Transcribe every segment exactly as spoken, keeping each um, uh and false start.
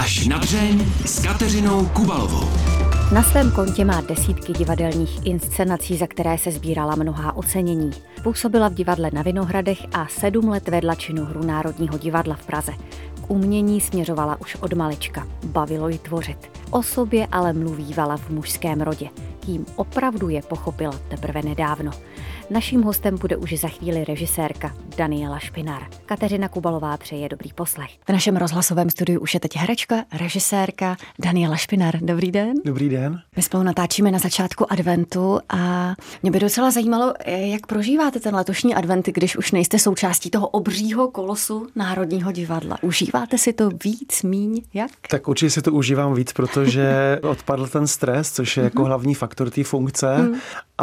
Až na dřeň s Kateřinou Kubalovou. Na svém kontě má desítky divadelních inscenací, za které se sbírala mnohá ocenění. Působila v divadle na Vinohradech a sedm let vedla činohru Národního divadla v Praze. K umění směřovala už od malička. Bavilo ji tvořit. O sobě ale mluvívala v mužském rodě. Kým opravdu je, pochopila teprve nedávno. Naším hostem bude už za chvíli režisérka Daniela Špinar. Kateřina Kubalová přeje dobrý poslech. V našem rozhlasovém studiu už je teď herečka, režisérka Daniela Špinar. Dobrý den. Dobrý den. My spolu natáčíme na začátku adventu a mě by docela zajímalo, jak prožíváte ten letošní advent, když už nejste součástí toho obřího kolosu Národního divadla. Užíváte si to víc, míň, jak? Tak určitě si to užívám víc, protože odpadl ten stres, což je mm-hmm. jako hlavní faktor té funkce mm.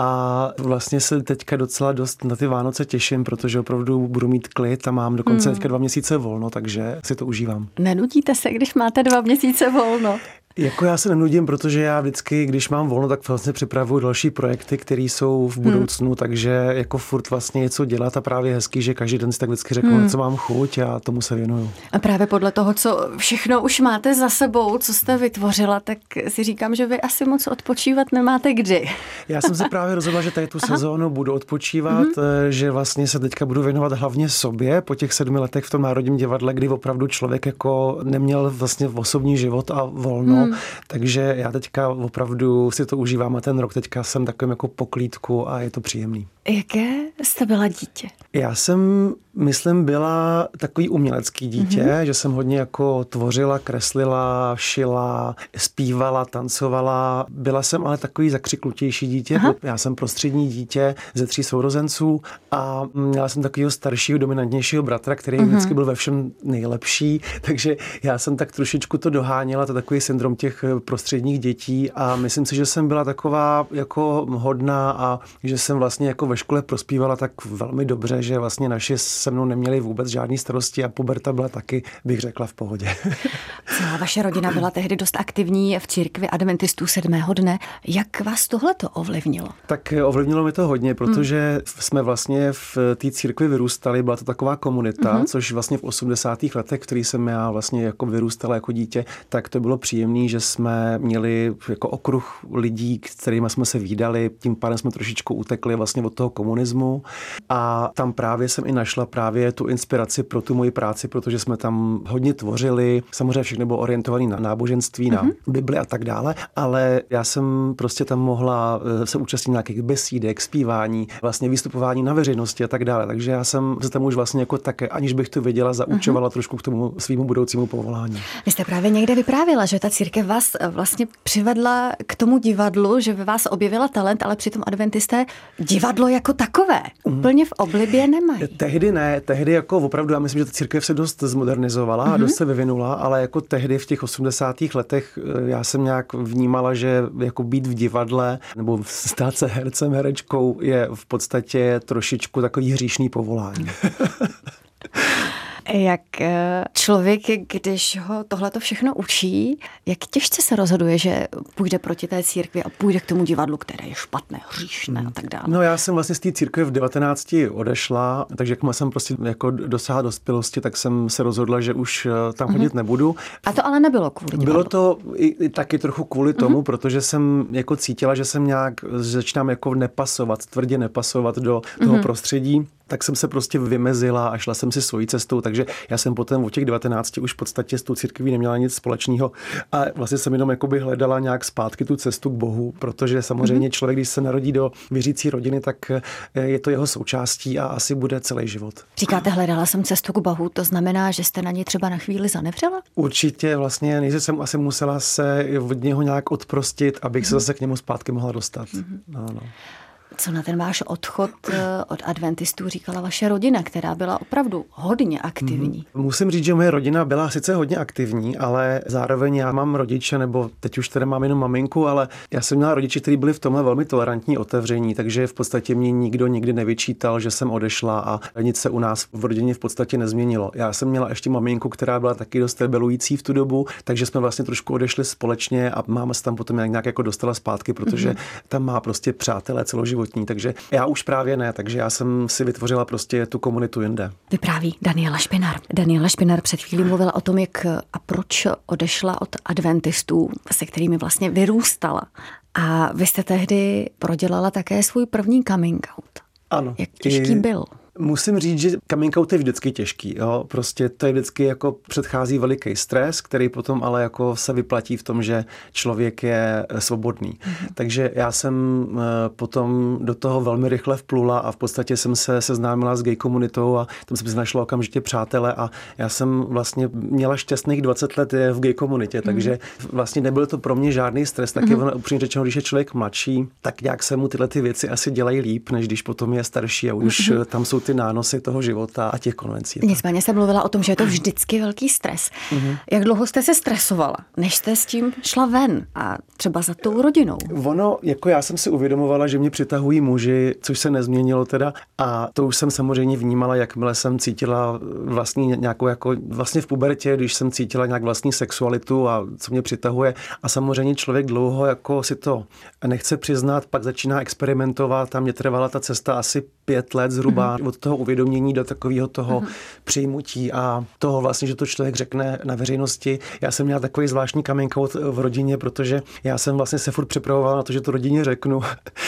a vlastně se teďka docela dost na ty Vánoce těším, protože opravdu budu mít klid a mám dokonce mm. teďka dva měsíce volno, takže si to užívám. Nenudíte se, když máte dva měsíce volno? Jako já se nenudím, protože já vždycky, když mám volno, tak vlastně připravuju další projekty, které jsou v budoucnu, hmm. takže jako furt vlastně něco dělat a právě hezký, že každý den si tak vždycky řeknu, hmm. co mám chuť a tomu se věnuju. A právě podle toho, co všechno už máte za sebou, co jste vytvořila, tak si říkám, že vy asi moc odpočívat nemáte kdy. Já jsem se právě rozhodla, že tady tu Aha. sezónu budu odpočívat, hmm. že vlastně se teďka budu věnovat hlavně sobě po těch sedmi letech v tom Národním divadle, kdy opravdu člověk jako neměl vlastně osobní život a volno. Hmm. Takže já teďka opravdu si to užívám a ten rok teďka jsem takovým jako poklídku a je to příjemný. Jaké jste byla dítě? Já jsem, myslím, byla takový umělecký dítě, mm-hmm. že jsem hodně jako tvořila, kreslila, šila, zpívala, tancovala. Byla jsem ale takový zakřiklutější dítě. Aha. Já jsem prostřední dítě ze tří sourozenců a měla jsem takového staršího, dominantnějšího bratra, který mm-hmm. vždycky byl ve všem nejlepší, takže já jsem tak trošičku to doháněla, to takový syndrom těch prostředních dětí a myslím si, že jsem byla taková jako hodná a že jsem vlastně jako ve škole prospívala tak velmi dobře, že vlastně naši se mnou neměli vůbec žádný starosti a puberta byla taky, bych řekla, v pohodě. Celá vaše rodina byla tehdy dost aktivní v církvi adventistů sedmého dne. Jak vás tohleto ovlivnilo? Tak ovlivnilo mi to hodně, protože hmm. jsme vlastně v té církvi vyrůstali, byla to taková komunita, hmm. což vlastně v osmdesátých letech, v kterých jsem já vlastně jako vyrůstala jako dítě, tak to bylo příjemné, že jsme měli jako okruh lidí, s kterými jsme se vídali, tím pádem jsme trošičku utekli vlastně od toho komunismu a tam právě jsem i našla právě tu inspiraci pro tu moji práci, protože jsme tam hodně tvořili, samozřejmě všechno bylo orientované na náboženství, mm-hmm. na Bibli a tak dále, ale já jsem prostě tam mohla se účastnit nějakých besídek, zpívání, vlastně vystupování na veřejnosti a tak dále, takže já jsem se tam už vlastně jako také, aniž bych to věděla, zaučovala mm-hmm. trošku k tomu svýmu budoucímu povolání. Vy jste právě někde vyprávěla, že ta církev vás vlastně přivedla k tomu divadlu, že ve vás objevila talent, ale přitom adventisté divadlo jako takové úplně v oblibě nemají. Tehdy ne, tehdy jako opravdu, já myslím, že ta církev se dost zmodernizovala mm-hmm. a dost se vyvinula, ale jako tehdy v těch osmdesátých letech já jsem nějak vnímala, že jako být v divadle nebo stát se hercem, herečkou je v podstatě trošičku takový hříšný povolání. Jak člověk, když ho tohleto všechno učí, jak těžce se rozhoduje, že půjde proti té církvi a půjde k tomu divadlu, které je špatné, hříšné a tak dále. No já jsem vlastně z té církve v devatenácti odešla, takže jakmile jsem prostě jako dosáhla dospělosti, tak jsem se rozhodla, že už tam mm-hmm. chodit nebudu. A to ale nebylo kvůli divadlu. Bylo to i, i taky trochu kvůli tomu, mm-hmm. protože jsem jako cítila, že jsem nějak začínám jako nepasovat, tvrdě nepasovat do toho mm-hmm. prostředí. Tak jsem se prostě vymezila a šla jsem si svojí cestou, takže já jsem potom od těch devatenácti už v podstatě s tou církví neměla nic společného a vlastně jsem jenom jakoby hledala nějak zpátky tu cestu k Bohu, protože samozřejmě mm-hmm. člověk, když se narodí do věřící rodiny, tak je to jeho součástí a asi bude celý život. Říkáte, hledala jsem cestu k Bohu, to znamená, že jste na něj třeba na chvíli zanevřela? Určitě, vlastně nejdřív jsem asi musela se od něho nějak odprostit, abych mm-hmm. se zase k němu zpátky mohla dostat. Mm-hmm. No, no. Co na ten váš odchod od adventistů říkala vaše rodina, která byla opravdu hodně aktivní? Musím říct, že moje rodina byla sice hodně aktivní, ale zároveň já mám rodiče, nebo teď už teda mám jenom maminku, ale já jsem měla rodiče, kteří byli v tomhle velmi tolerantní, otevření, takže v podstatě mě nikdo nikdy nevyčítal, že jsem odešla a nic se u nás v rodině v podstatě nezměnilo. Já jsem měla ještě maminku, která byla taky dost rebelující v tu dobu, takže jsme vlastně trošku odešli společně a máma se tam potom nějak jako dostala zpátky, protože mm-hmm. tam má prostě přátelé celoživotní. samotní, takže já už právě ne, takže já jsem si vytvořila prostě tu komunitu jinde. Vypráví Daniela Špinar. Daniela Špinar před chvílí mluvila o tom, jak a proč odešla od adventistů, se kterými vlastně vyrůstala. A vy jste tehdy prodělala také svůj první coming out. Ano. Jak těžký I... byl? Musím říct, že coming out je vždycky těžký. Jo? Prostě to je vždycky jako předchází veliký stres, který potom ale jako se vyplatí v tom, že člověk je svobodný. Mm-hmm. Takže já jsem potom do toho velmi rychle vplula a v podstatě jsem se seznámila s gay komunitou a tam jsem si našla okamžitě přátele a já jsem vlastně měla šťastných dvacet let v gay komunitě, mm-hmm. takže vlastně nebyl to pro mě žádný stres. Taky mm-hmm. upřímně řečeno, když je člověk mladší, tak nějak se mu tyhle ty věci asi dělají líp, než když potom je starší a už mm-hmm. tam jsou ty nánosy toho života a těch konvencí. Nicméně se mluvila o tom, že je to vždycky velký stres. Mm-hmm. Jak dlouho jste se stresovala, než jste s tím šla ven a třeba za tou rodinou? Ono, jako já jsem si uvědomovala, že mě přitahují muži, což se nezměnilo teda a to už jsem samozřejmě vnímala, jakmile jsem cítila vlastní nějakou jako vlastně v pubertě, když jsem cítila nějak vlastní sexualitu a co mě přitahuje a samozřejmě člověk dlouho jako si to nechce přiznat, pak začíná experimentovat a mě trvala ta cesta asi pět let zhruba mm-hmm. od toho uvědomění do takového toho mm-hmm. přijmutí a toho vlastně, že to člověk řekne na veřejnosti. Já jsem měla takový zvláštní coming out v rodině, protože já jsem vlastně se furt připravovala na to, že to rodině řeknu.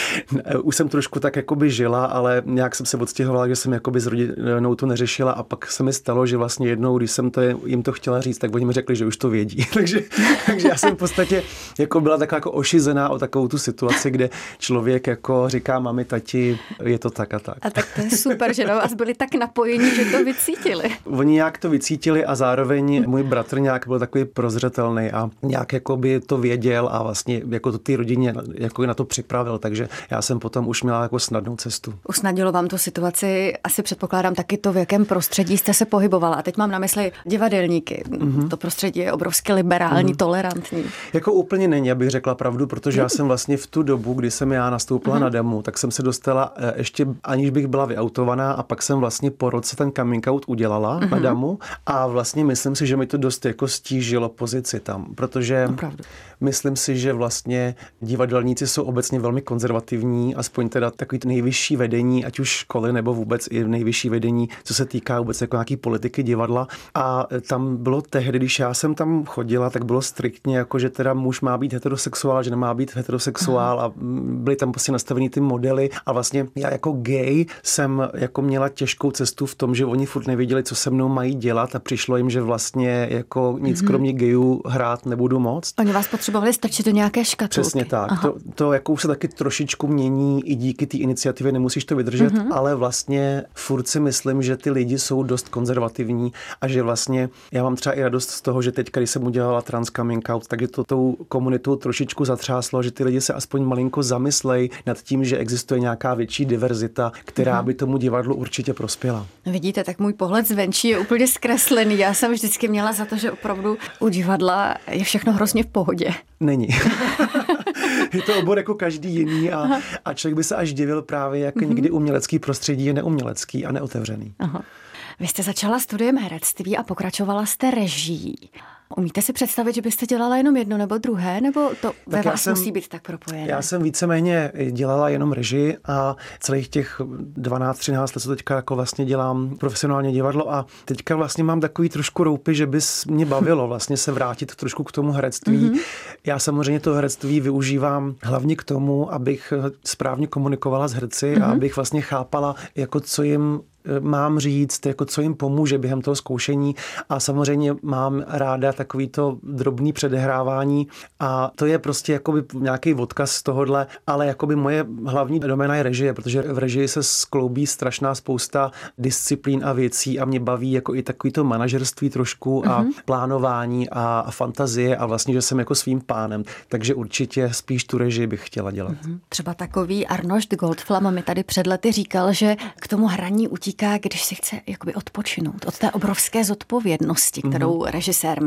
Už jsem trošku tak jakoby žila, ale nějak jsem se odstěhovala, že jsem jakoby s rodinou to neřešila a pak se mi stalo, že vlastně jednou, když jsem to jim to chtěla říct, tak oni mi řekli, že už to vědí. takže, takže já jsem v podstatě jako byla taková jako ošizená o takovou tu situaci, kde člověk jako říká mami, tati, je to tak a tak. A tak to je super, že na vás byli tak napojení, že to vycítili. Oni nějak to vycítili a zároveň můj bratr nějak byl takový prozřetelný a nějak jako by to věděl a vlastně jako to ty rodině jako na to připravil, takže já jsem potom už měla jako snadnou cestu. Usnadnilo vám tu situaci, asi předpokládám taky to, v jakém prostředí jste se pohybovala. A teď mám na mysli divadelníky. Mm-hmm. To prostředí je obrovsky liberální, mm-hmm. tolerantní. Jako úplně není, abych řekla pravdu, protože já jsem vlastně v tu dobu, kdy jsem já nastoupila mm-hmm. na demo, tak jsem se dostala ještě aniž bych byla vyautovaná a pak jsem vlastně po roce ten coming out udělala mm-hmm. na damu a vlastně myslím si, že mi to dost jako stížilo pozici tam, protože Opravdu. Myslím si, že vlastně divadelníci jsou obecně velmi konzervativní, aspoň teda takový nejvyšší vedení, ať už školy nebo vůbec i nejvyšší vedení, co se týká vůbec jako nějaký politiky divadla. A tam bylo tehdy, když já jsem tam chodila, tak bylo striktně jako, že teda muž má být heterosexuál, že nemá být heterosexuál a byly tam prostě nastavený ty modely a vlastně já jako gay jsem jako měla těžkou cestu v tom, že oni furt nevěděli, co se mnou mají dělat a přišlo jim, že vlastně jako nic mm-hmm. kromě gayů hrát nebudu moc. Oni vás potřebovali strčit do nějaké škatulky. Přesně tak. To, to jako už se taky trošičku mění i díky té iniciativě, nemusíš to vydržet, mm-hmm. ale vlastně furt si myslím, že ty lidi jsou dost konzervativní a že vlastně já mám třeba i radost z toho, že teď, když jsem udělala trans coming out, tak je to tou komunitou trošičku zatřáslo, že ty lidi se aspoň malinko zamyslej nad tím, že existuje nějaká větší diverzita, která mm-hmm. by tomu divadlu určitě prospěla. Vidíte, tak můj pohled zvenčí je úplně zkreslený. Já jsem vždycky měla za to, že opravdu u divadla je všechno hrozně v pohodě. Není. Je to obor jako každý jiný a, a člověk by se až divil právě, jak mm-hmm. někdy umělecký prostředí je neumělecký a neotevřený. Aha. Vy jste začala studiem herectví a pokračovala jste režií. Umíte si představit, že byste dělala jenom jedno nebo druhé, nebo to tak ve vás jsem, musí být tak propojené? Já jsem víceméně dělala jenom režii a celých těch dvanáct třináct let, co teďka jako vlastně dělám profesionálně divadlo a teďka vlastně mám takový trošku roupy, že bys mě bavilo vlastně se vrátit trošku k tomu herectví. Mm-hmm. Já samozřejmě to herectví využívám hlavně k tomu, abych správně komunikovala s herci mm-hmm. a abych vlastně chápala, jako co jim mám říct, jako co jim pomůže během toho zkoušení a samozřejmě mám ráda takový to drobný předehrávání a to je prostě jakoby nějaký odkaz z tohohle, ale jakoby moje hlavní doména je režie, protože v režii se skloubí strašná spousta disciplín a věcí a mě baví jako i takový to manažerství trošku a mm-hmm. plánování a, a fantazie a vlastně, že jsem jako svým pánem, takže určitě spíš tu režii bych chtěla dělat. Mm-hmm. Třeba takový Arnošt Goldflam mi tady před lety říkal, že k tomu hraní utíká, když si chce jakoby odpočinout od té obrovské zodpovědnosti, kterou mm-hmm. režisér má.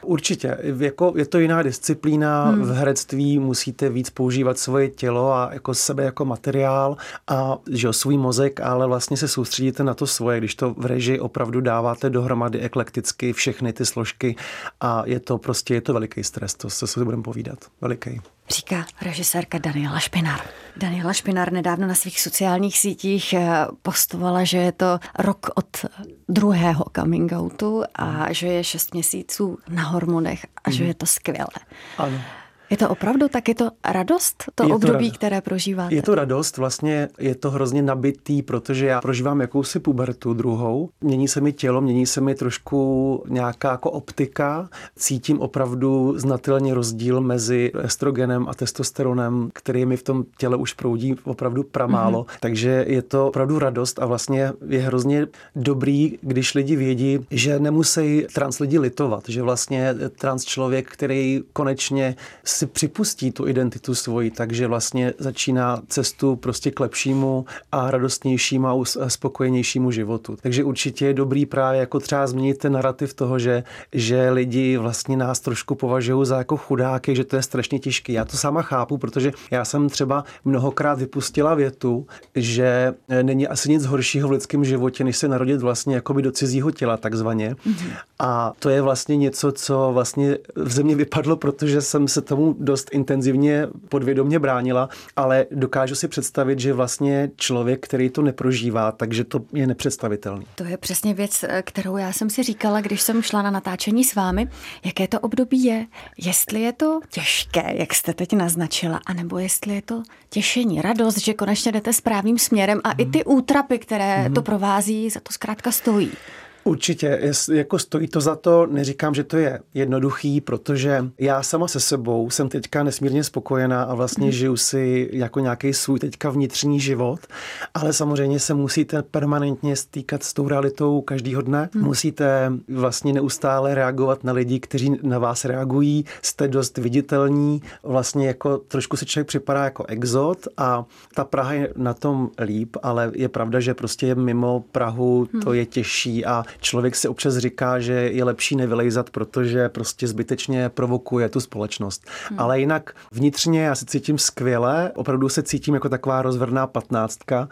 Určitě. Jako je to jiná disciplína. Hmm. V herectví musíte víc používat svoje tělo a jako sebe jako materiál a že jo, svůj mozek, ale vlastně se soustředíte na to svoje, když to v režii opravdu dáváte dohromady eklekticky všechny ty složky a je to prostě, je to veliký stres, to se si budeme povídat. Veliký. Říká režisérka Daniela Špinár. Daniela Špinár nedávno na svých sociálních sítích postovala, že je to rok od druhého coming outu a že je šest měsíců na hormonech a že je to skvělé. Ano. Je to opravdu tak? Je to radost, to je období, to které prožíváte? Je to radost, vlastně je to hrozně nabitý, protože já prožívám jakousi pubertu druhou. Mění se mi tělo, mění se mi trošku nějaká jako optika. Cítím opravdu znatelně rozdíl mezi estrogenem a testosteronem, který mi v tom těle už proudí opravdu pramálo. Mm-hmm. Takže je to opravdu radost a vlastně je hrozně dobrý, když lidi vědí, že nemusí trans lidi litovat, že vlastně trans člověk, který konečně si připustí tu identitu svoji, takže vlastně začíná cestu prostě k lepšímu a radostnějšímu a spokojenějšímu životu. Takže určitě je dobrý právě jako třeba změnit ten narrativ toho, že, že lidi vlastně nás trošku považují za jako chudáky, že to je strašně těžké. Já to sama chápu, protože já jsem třeba mnohokrát vypustila větu, že není asi nic horšího v lidském životě, než se narodit vlastně jakoby do cizího těla takzvaně. Mm-hmm. A to je vlastně něco, co vlastně v země vypadlo, protože jsem se tomu dost intenzivně podvědomě bránila, ale dokážu si představit, že vlastně člověk, který to neprožívá, takže to je nepředstavitelný. To je přesně věc, kterou já jsem si říkala, když jsem šla na natáčení s vámi, jaké to období je, jestli je to těžké, jak jste teď naznačila, anebo jestli je to těšení, radost, že konečně jdete správným směrem a mm. i ty útrapy, které mm. to provází, za to zkrátka stojí. Určitě, jako stojí to za to, neříkám, že to je jednoduchý, protože já sama se sebou jsem teďka nesmírně spokojená a vlastně mm. žiju si jako nějaký svůj teďka vnitřní život, ale samozřejmě se musíte permanentně stýkat s tou realitou každýho dne. Mm. Musíte vlastně neustále reagovat na lidi, kteří na vás reagují, jste dost viditelní, vlastně jako trošku se člověk připadá jako exot a ta Praha je na tom líp, ale je pravda, že prostě mimo Prahu to je těžší a člověk si občas říká, že je lepší nevylejzat, protože prostě zbytečně provokuje tu společnost. Hmm. Ale jinak vnitřně já se cítím skvěle, opravdu se cítím jako taková rozvrná patnáctka.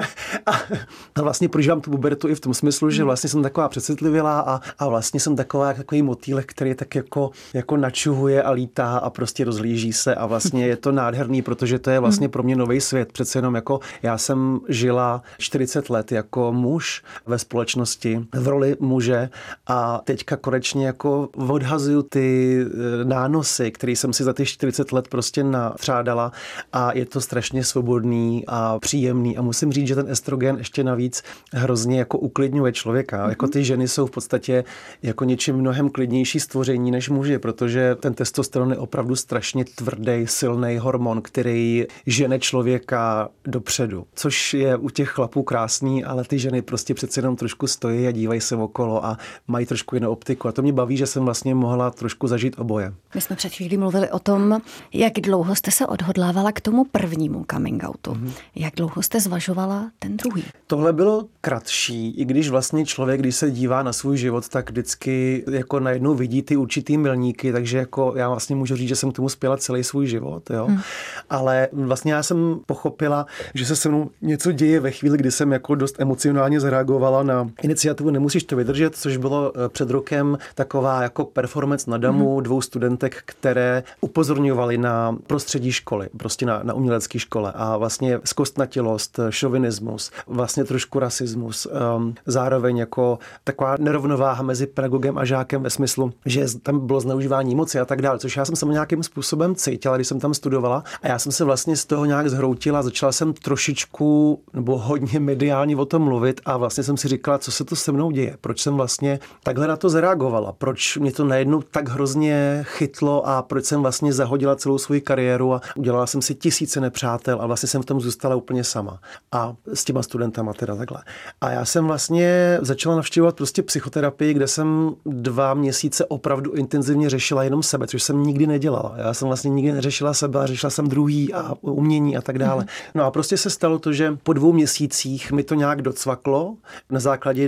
a vlastně prožívám tu pubertu i v tom smyslu, že vlastně jsem taková přecitlivělá a, a vlastně jsem taková takový motýlek, který tak jako, jako načuhuje a lítá a prostě rozhlíží se a vlastně je to nádherný, protože to je vlastně pro mě nový svět. Přece jenom jako já jsem žila čtyřicet let jako muž ve společnosti v roli muže a teďka konečně jako odhazuju ty nánosy, které jsem si za ty čtyřicet let prostě natřádala a je to strašně svobodný a příjemný a musím říct, že ten estrogen ještě navíc hrozně jako uklidňuje člověka. Mm-hmm. Jako ty ženy jsou v podstatě jako něčím mnohem klidnější stvoření než muži, protože ten testosteron je opravdu strašně tvrdý, silný hormon, který žene člověka dopředu. Což je u těch chlapů krásný, ale ty ženy prostě přece jenom trošku stojí a dívají se okolo a mají trošku jinou optiku. A to mě baví, že jsem vlastně mohla trošku zažít oboje. My jsme před chvílí mluvili o tom, jak dlouho jste se odhodlávala k tomu prvnímu coming outu. Mm-hmm. Jak dlouho jste zvažovala ten druhý? Tohle bylo kratší, i když vlastně člověk, když se dívá na svůj život, tak vždycky jako najednou vidí ty určitý milníky, takže jako já vlastně můžu říct, že jsem k tomu spěla celý svůj život, jo. Mm. Ale vlastně já jsem pochopila, že se se mnou něco děje ve chvíli, kdy jsem jako dost emocionálně zareagovala na iniciativu Nemusíš to vydržet, což bylo před rokem taková jako performance na damu mm. dvou studentek, které upozorňovaly na prostředí školy, prostě na, na umělecké škole a vlastně zkostnatilost, šovinismus, vlastně trošku rasismus, um, zároveň jako taková nerovnováha mezi pedagogem a žákem ve smyslu, že tam bylo zneužívání moci a tak dále, což já jsem se nějakým způsobem cítila, když jsem tam studovala a já jsem se vlastně z toho nějak zhroutila, začala jsem trošičku nebo hodně mediálně o tom mluvit a vlastně jsem si říkala, co se to se mnou děje, proč jsem vlastně takhle na to zareagovala, proč mě to najednou tak hrozně chytlo a proč jsem vlastně zahodila celou svou kariéru a udělala jsem si tisíce nepřátel a vlastně jsem v tom zůstala úplně sama. A s těma studentama teda takhle. A já jsem vlastně začala navštěvovat prostě psychoterapii, kde jsem dva měsíce opravdu intenzivně řešila jenom sebe, což jsem nikdy nedělala. Já jsem vlastně nikdy neřešila sebe, a řešila jsem druhý a umění a tak dále. No a prostě se stalo to, že po dvou měsících mi to nějak docvaklo na základě dobře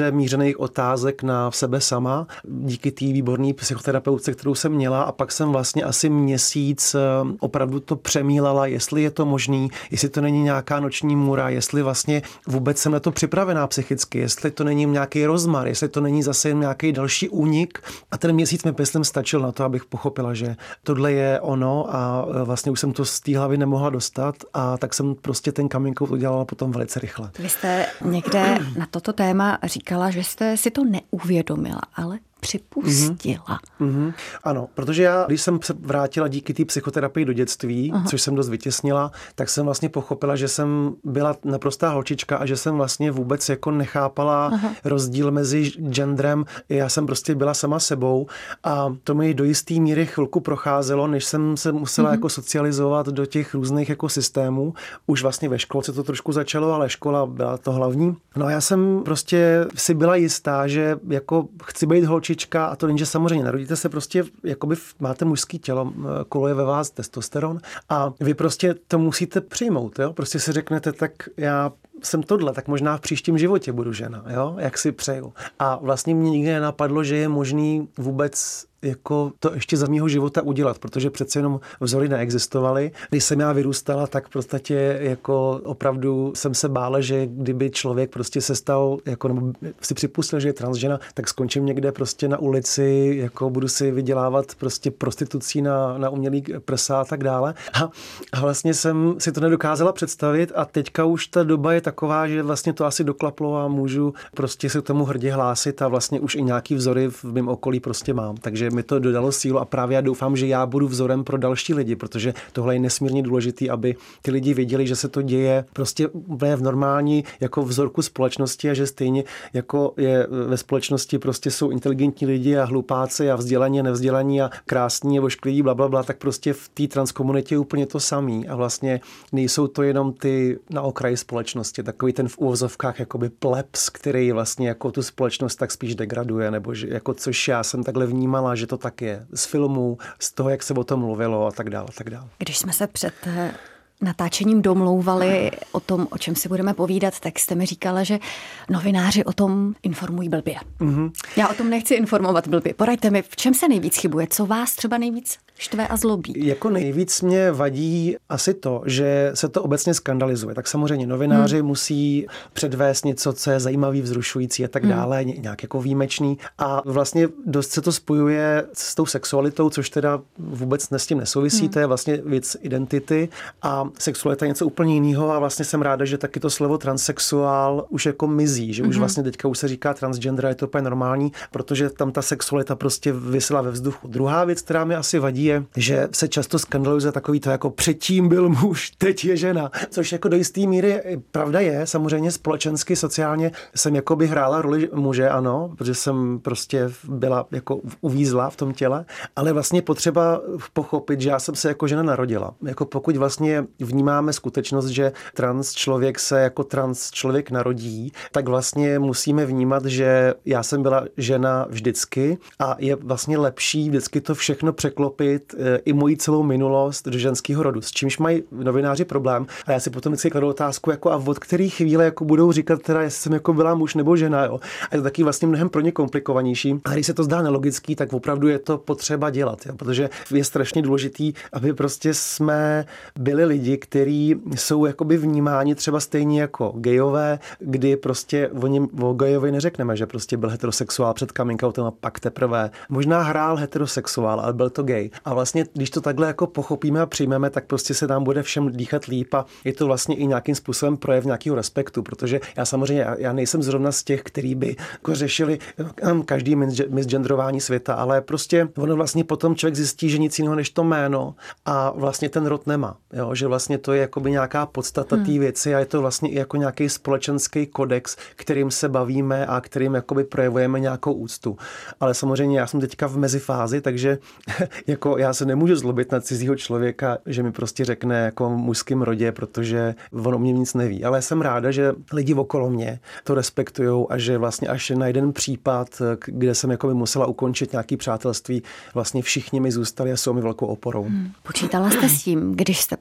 dobře mířených otázek na sebe sama, díky té výborné psychoterapeutce, kterou jsem měla, a pak jsem vlastně asi měsíc opravdu to přemýlala, jestli je to možný, jestli to není nějaká noční můra, jestli vlastně vůbec jsem na to připravená psychicky, jestli to není nějaký rozmar, jestli to není zase nějaký další únik. A ten měsíc mi myslím stačil na to, abych pochopila, že tohle je ono a vlastně už jsem to z té hlavy nemohla dostat, a tak jsem prostě ten coming out udělala potom velice rychle. Vy jste někde na toto téma říkala, že jste si to neuvědomila, ale připustila. Mm-hmm. Ano, protože já, když jsem se vrátila díky té psychoterapii do dětství, Aha. což jsem dost vytěsnila, tak jsem vlastně pochopila, že jsem byla naprostá holčička a že jsem vlastně vůbec jako nechápala Aha. rozdíl mezi genderem. Já jsem prostě byla sama sebou a to mi do jistý míry chvilku procházelo, než jsem se musela mm-hmm. jako socializovat do těch různých jako systémů. Už vlastně ve školce to trošku začalo, ale škola byla to hlavní. No a já jsem prostě si byla jistá, že jako chci být holčička, a to není, že samozřejmě narodíte se prostě, jakoby máte mužský tělo, koluje ve vás testosteron a vy prostě to musíte přijmout, jo? Prostě si řeknete, tak já jsem tohle, tak možná v příštím životě budu žena, jo? Jak si přeju. A vlastně mě nikdy nenapadlo, že je možný vůbec jako to ještě za mýho života udělat, protože přece jenom vzory neexistovaly. Když jsem já vyrůstala, tak v podstatě jako opravdu jsem se bála, že kdyby člověk prostě se stal, jako nebo si připustil, že je transžena, tak skončím někde prostě na ulici, jako budu si vydělávat prostě prostitucí na, na umělý prsa a tak dále. A, a vlastně jsem si to nedokázala představit a teďka už ta doba je taková, že vlastně to asi doklaplo a můžu prostě se k tomu hrdě hlásit a vlastně už i nějaký vzory v mém okolí prostě mám. Takže mi to dodalo sílu a právě já doufám, že já budu vzorem pro další lidi, protože tohle je nesmírně důležitý, aby ty lidi věděli, že se to děje prostě v normální jako vzorku společnosti a že stejně jako je ve společnosti prostě jsou inteligentní lidi a hlupáci a vzdělaní a nevzdělaní a krásní a voškliví blablabla, tak prostě v té transkomunitě je úplně to samý a vlastně nejsou to jenom ty na okraji společnosti, takový ten v úvozovkách jakoby plebs, který vlastně jako tu společnost tak spíš degraduje, nebo že jako což já jsem takhle vnímala, že to tak je. Z filmů, z toho, jak se o tom mluvilo a tak dále, a tak dále. Když jsme se před natáčením domlouvali o tom, o čem si budeme povídat, tak jste mi říkala, že novináři o tom informují blbě. Mm-hmm. Já o tom nechci informovat blbě. Poraďte mi, v čem se nejvíc chybuje? Co vás třeba nejvíc štve a zlobí? Jako nejvíc mě vadí asi to, že se to obecně skandalizuje. Tak samozřejmě novináři hmm. musí předvést něco, co je zajímavý, vzrušující a tak dále, hmm. nějak jako výjimečný. A vlastně dost se to spojuje s tou sexualitou, což teda vůbec s tím nesouvisí. Hmm. To je vlastně věc identity a sexualita je něco úplně jiného a vlastně jsem ráda, že taky to slovo transsexuál už jako mizí, že mm-hmm. už vlastně teďka už se říká transgender a je to úplně normální, protože tam ta sexualita prostě visela ve vzduchu. Druhá věc, která mi asi vadí, je, že se často skandalizuje takový to jako předtím byl muž, teď je žena, což jako do jistý míry pravda je, samozřejmě společensky, sociálně jsem jako by hrála roli muže, ano, protože jsem prostě byla jako uvízla v tom těle, ale vlastně potřeba pochopit, že já jsem se jako žena narodila. Jako pokud vlastně vnímáme skutečnost, že trans člověk se jako trans člověk narodí, tak vlastně musíme vnímat, že já jsem byla žena vždycky a je vlastně lepší vždycky to všechno překlopit i moji celou minulost do ženského rodu, s čímž mají novináři problém. A já si potom vždycky kladu otázku, jako a od který chvíle jako budou říkat, teda jestli jsem jako byla muž nebo žena, jo. A je to taky vlastně mnohem pro ně komplikovanější. A když se to zdá nelogický, tak opravdu je to potřeba dělat, jo, protože je strašně důležitý, aby prostě jsme byli lidi, kteří jsou jakoby vnímáni třeba stejně jako gejové, kdy prostě o, něm, o gejovi neřekneme, že prostě byl heterosexuál před coming outem a pak teprve. Možná hrál heterosexuál, ale byl to gay. A vlastně, když to takhle jako pochopíme a přijmeme, tak prostě se nám bude všem dýchat líp a je to vlastně i nějakým způsobem projev nějakého respektu, protože já samozřejmě, já nejsem zrovna z těch, kteří by jako řešili každý misgendrování světa, ale prostě ono vlastně potom člověk zjistí, že nic jiného než to jméno a vlastně ten rod nemá, jo? Že vlastně to je jakoby nějaká podstata té věci a je to vlastně i jako nějaký společenský kodex, kterým se bavíme a kterým jakoby projevujeme nějakou úctu. Ale samozřejmě já jsem teďka v mezifázi, takže jako já se nemůžu zlobit na cizího člověka, že mi prostě řekne jako mužským rodě, protože on o mě nic neví. Ale jsem ráda, že lidi okolo mě to respektujou a že vlastně až na jeden případ, kde jsem jakoby musela ukončit nějaký přátelství, vlastně všichni mi zůstali a jsou mi velkou oporou. Hmm. Počítala jste s tím, když jste předtím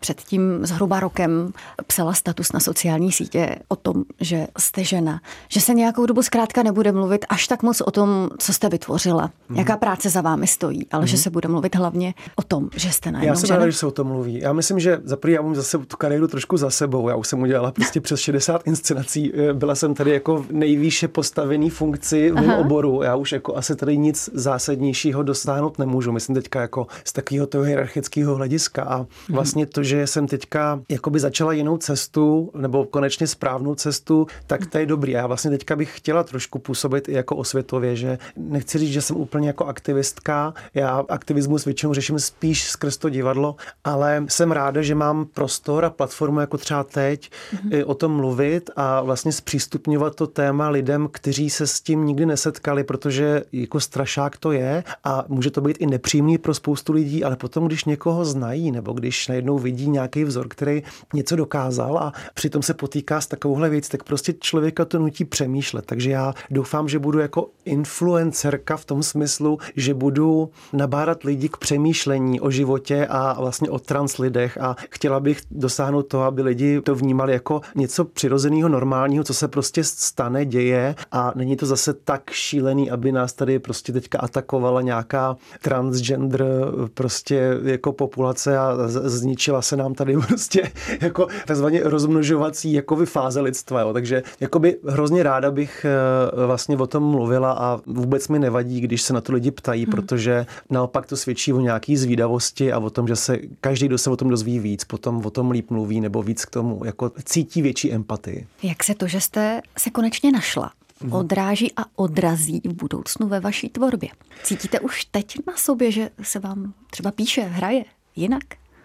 tím zhruba rokem psala status na sociální sítě o tom, že jste žena, že se nějakou dobu zkrátka nebude mluvit až tak moc o tom, co jste vytvořila, mm. jaká práce za vámi stojí, ale mm. že se bude mluvit hlavně o tom, že jste najednou Já jsem žena. ráda, že se o tom mluví. Já myslím, že za první já mám zase tu kariéru trošku za sebou. Já už jsem udělala prostě přes šedesát inscenací. Byla jsem tady jako nejvýše postavený funkci v mém oboru. Já už jako asi tady nic zásadnějšího dosáhnout nemůžu. Myslím teďka jako z takového toho hierarchického hlediska. A vlastně to, že jsem teďka jakoby začala jinou cestu, nebo konečně správnou cestu, tak to je dobrý. Já vlastně teďka bych chtěla trošku působit i jako osvětově, že nechci říct, že jsem úplně jako aktivistka. Já aktivismus většinou řeším spíš skrz to divadlo, ale jsem ráda, že mám prostor a platformu jako třeba teď mm-hmm. i o tom mluvit a vlastně zpřístupňovat to téma lidem, kteří se s tím nikdy nesetkali, protože jako strašák to je a může to být i nepříjemný pro spoustu lidí, ale potom, když někoho znají nebo když najednou vidí nějaký vzor, který něco dokázal a přitom se potýká s takovouhle věcí, tak prostě člověka to nutí přemýšlet. Takže já doufám, že budu jako influencerka v tom smyslu, že budu nabádat lidi k přemýšlení o životě a vlastně o trans lidech a chtěla bych dosáhnout toho, aby lidi to vnímali jako něco přirozeného, normálního, co se prostě stane, děje a není to zase tak šílený, aby nás tady prostě teďka atakovala nějaká transgender prostě jako populace a zničila se nám tady prostě jako takzvaně rozmnožovací jako fáze lidstva. Jo. Takže jakoby hrozně ráda bych vlastně o tom mluvila a vůbec mi nevadí, když se na to lidi ptají, hmm. protože naopak to svědčí o nějaký zvídavosti a o tom, že se každý, kdo se o tom dozví víc, potom o tom líp mluví nebo víc k tomu, jako cítí větší empatii. Jak se to, že jste se konečně našla, odráží a odrazí v budoucnu ve vaší tvorbě? Cítíte už teď na sobě, že se vám třeba píše, hraje jinak?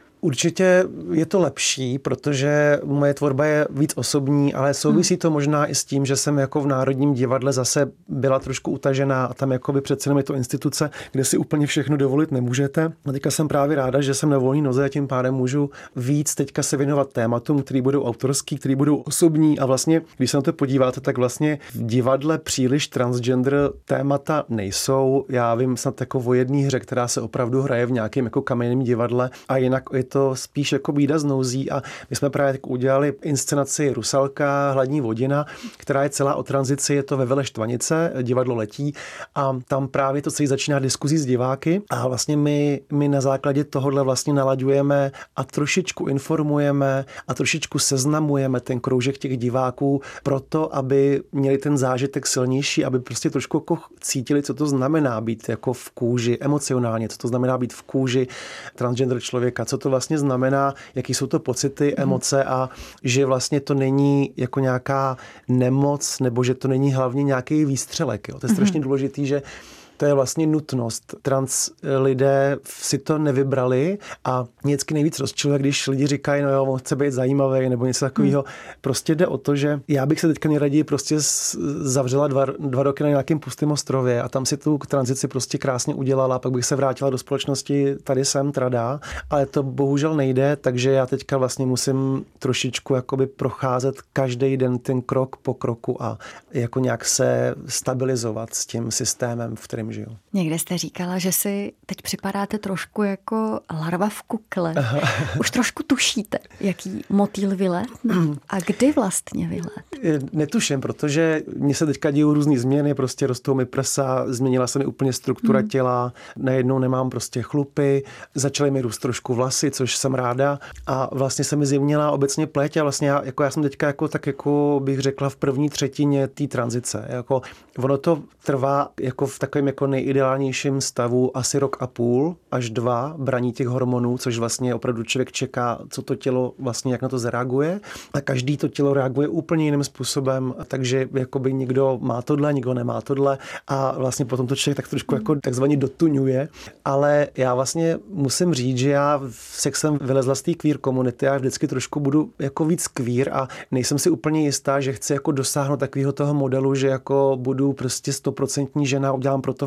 Určitě je to lepší, protože moje tvorba je víc osobní, ale souvisí to možná i s tím, že jsem jako v Národním divadle zase byla trošku utažená a tam jakoby přece jenom je to instituce, kde si úplně všechno dovolit nemůžete. A teďka jsem právě ráda, že jsem na volné noze a tím pádem můžu víc teďka se věnovat tématům, který budou autorský, který budou osobní a vlastně, když se na to podíváte, tak vlastně v divadle příliš transgender témata nejsou. Já vím snad jako o jedné hře, která se opravdu hraje v nějakém jako kamenném divadle a jinak je to spíš jako bída z nouzí a my jsme právě tak udělali inscenaci Rusalka, Hladní vodina, která je celá o tranzici, je to ve Vele Štvanice, divadlo letí a tam právě to celý začíná diskuzí s diváky a vlastně my, my na základě tohohle vlastně nalaďujeme a trošičku informujeme a trošičku seznamujeme ten kroužek těch diváků proto, aby měli ten zážitek silnější, aby prostě trošku jako cítili, co to znamená být jako v kůži emocionálně, co to znamená být v kůži transgender člověka, co to vlastně znamená, jaký jsou to pocity, emoce a že vlastně to není jako nějaká nemoc nebo že to není hlavně nějaký výstřelek. Jo. To je strašně důležitý, že to je vlastně nutnost. Trans lidé si to nevybrali a mě vždycky nejvíc rozčiluje, když lidi říkají, no jo, on chce být zajímavý nebo něco takového. Hmm. Prostě jde o to, že já bych se teďka nejraději prostě zavřela dva, dva roky na nějakém pustém ostrově a tam si tu tranzici prostě krásně udělala a pak bych se vrátila do společnosti, tady jsem, tradá, ale to bohužel nejde, takže já teďka vlastně musím trošičku jakoby procházet každý den ten krok po kroku a jako nějak se stabilizovat s tím systémem, v kterém žiju. Někde jste říkala, že si teď připadáte trošku jako larva v kukle. Aha. Už trošku tušíte, jaký motýl vylétne? A kdy vlastně vylétne? Netuším, protože mně se teďka dějou různý změny, prostě rostou mi prsa, změnila se mi úplně struktura hmm. těla, najednou nemám prostě chlupy, začaly mi růst trošku vlasy, což jsem ráda a vlastně se mi zjemnila obecně pleť a vlastně já, jako já jsem teďka jako, tak jako bych řekla v první třetině té tranzice. Jako, ono to trvá jako v takovém jako nejideálnějším stavu asi rok a půl až dva braní těch hormonů, což vlastně opravdu člověk čeká, co to tělo vlastně, jak na to zareaguje. A každý to tělo reaguje úplně jiným způsobem, takže jakoby někdo má tohle, někdo nemá tohle a vlastně potom to člověk tak trošku jako takzvaně dotuňuje. Ale já vlastně musím říct, že já jak jsem vylezla z té queer komunity a vždycky trošku budu jako víc queer a nejsem si úplně jistá, že chci jako dosáhnout takového toho modelu, že jako budu prostě stoprocentní žena, udělám pro to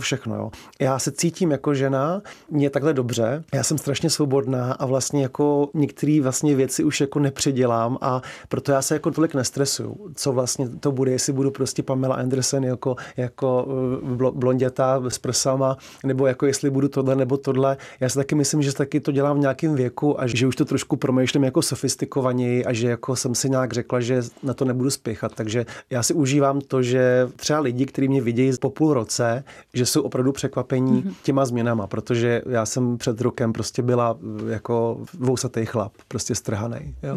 všechno. Jo. Já se cítím jako žena, mě je takhle dobře, já jsem strašně svobodná a vlastně jako některé vlastně věci už jako nepředělám a proto já se jako tolik nestresuju, co vlastně to bude, jestli budu prostě Pamela Anderson jako, jako blonděta s prsama, nebo jako jestli budu tohle nebo tohle. Já si taky myslím, že taky to dělám v nějakém věku a že už to trošku promýšlím jako sofistikovaněji a že jako jsem si nějak řekla, že na to nebudu spěchat. Takže já si užívám to, že třeba lidi, kteří mě vidějí po půl roce, že jsou opravdu překvapení mm-hmm. těma změnama, protože já jsem před rokem prostě byla jako vousatý chlap, prostě strhanej. Jo.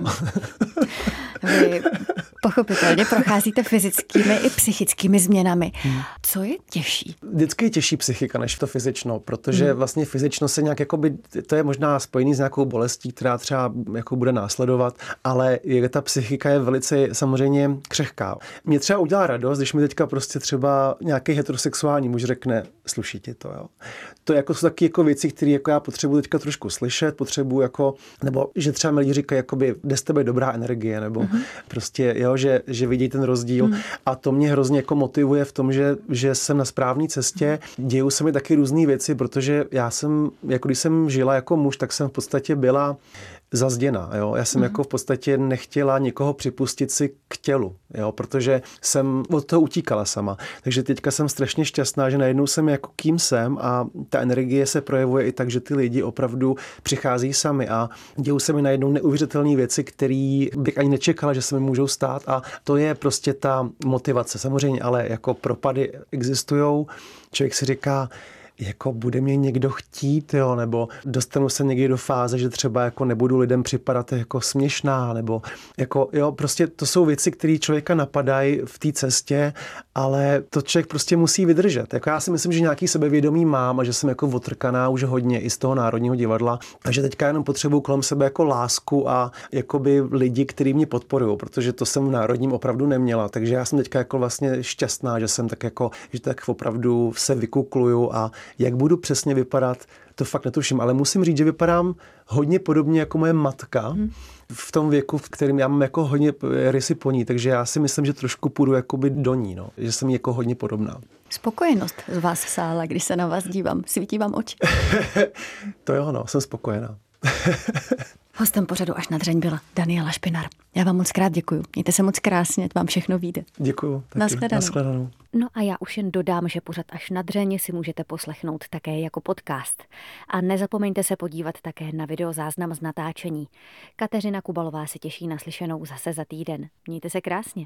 Vy pochopitelně procházíte fyzickými i psychickými změnami. Hmm. Co je těžší? Vždycky je těžší psychika než to fyzično, protože hmm. vlastně fyzično se nějak jakoby, to je možná spojený s nějakou bolestí, která třeba jako bude následovat, ale je, ta psychika je velice samozřejmě křehká. Mě třeba udělá radost, když mi teďka prostě třeba nějaký heterosexuální muž řekne, sluší ti to, jo. To jako jsou taky jako věci, které jako já potřebuji teďka trošku slyšet, potřebuji jako, nebo že třeba mi lidi říkají, jakoby, jde z tebe dobrá energie, nebo hmm. prostě, jo, že, že vidí ten rozdíl hmm. a to mě hrozně jako motivuje v tom, že, že jsem na správné cestě. Dějou se mi taky různé věci, protože já jsem, jako když jsem žila jako muž, tak jsem v podstatě byla zazděná, jo. Já jsem mm. jako v podstatě nechtěla nikoho připustit si k tělu, jo, protože jsem od toho utíkala sama. Takže teďka jsem strašně šťastná, že najednou jsem jako kým jsem a ta energie se projevuje i tak, že ty lidi opravdu přichází sami a dějou se mi najednou neuvěřitelné věci, které bych ani nečekala, že se mi můžou stát a to je prostě ta motivace. Samozřejmě, ale jako propady existujou. Člověk si říká, jako bude mě někdo chtít, jo, nebo dostanu se někdy do fáze, že třeba jako nebudu lidem připadat jako směšná, nebo jako, jo, prostě to jsou věci, které člověka napadají v té cestě, ale to člověk prostě musí vydržet. Jako já si myslím, že nějaký sebevědomí mám a že jsem jako otrkaná už hodně i z toho Národního divadla, takže teďka jenom potřebuju kolem sebe jako lásku a jakoby lidi, kteří mě podporují, protože to jsem v Národním opravdu neměla, takže já jsem teďka jako vlastně šťastná, že jsem tak jako, že tak opravdu se vykukluju a jak budu přesně vypadat, to fakt netuším, ale musím říct, že vypadám hodně podobně jako moje matka hmm. v tom věku, v kterém já mám jako hodně rysy po ní, takže já si myslím, že trošku půjdu jakoby do ní, no, že jsem jí jako hodně podobná. Spokojenost z vás sála, když se na vás dívám, svítí vám oči. To jo, no, jsem spokojená. Hostem pořadu Až na dřeň byla Daniela Špinar. Já vám moc krát děkuju. Mějte se moc krásně, ať vám všechno vyjde. Děkuju. Naschledanou. Naschledanou. No a já už jen dodám, že pořad Až na dřeň si můžete poslechnout také jako podcast. A nezapomeňte se podívat také na videozáznam z natáčení. Kateřina Kubalová se těší na slyšenou zase za týden. Mějte se krásně.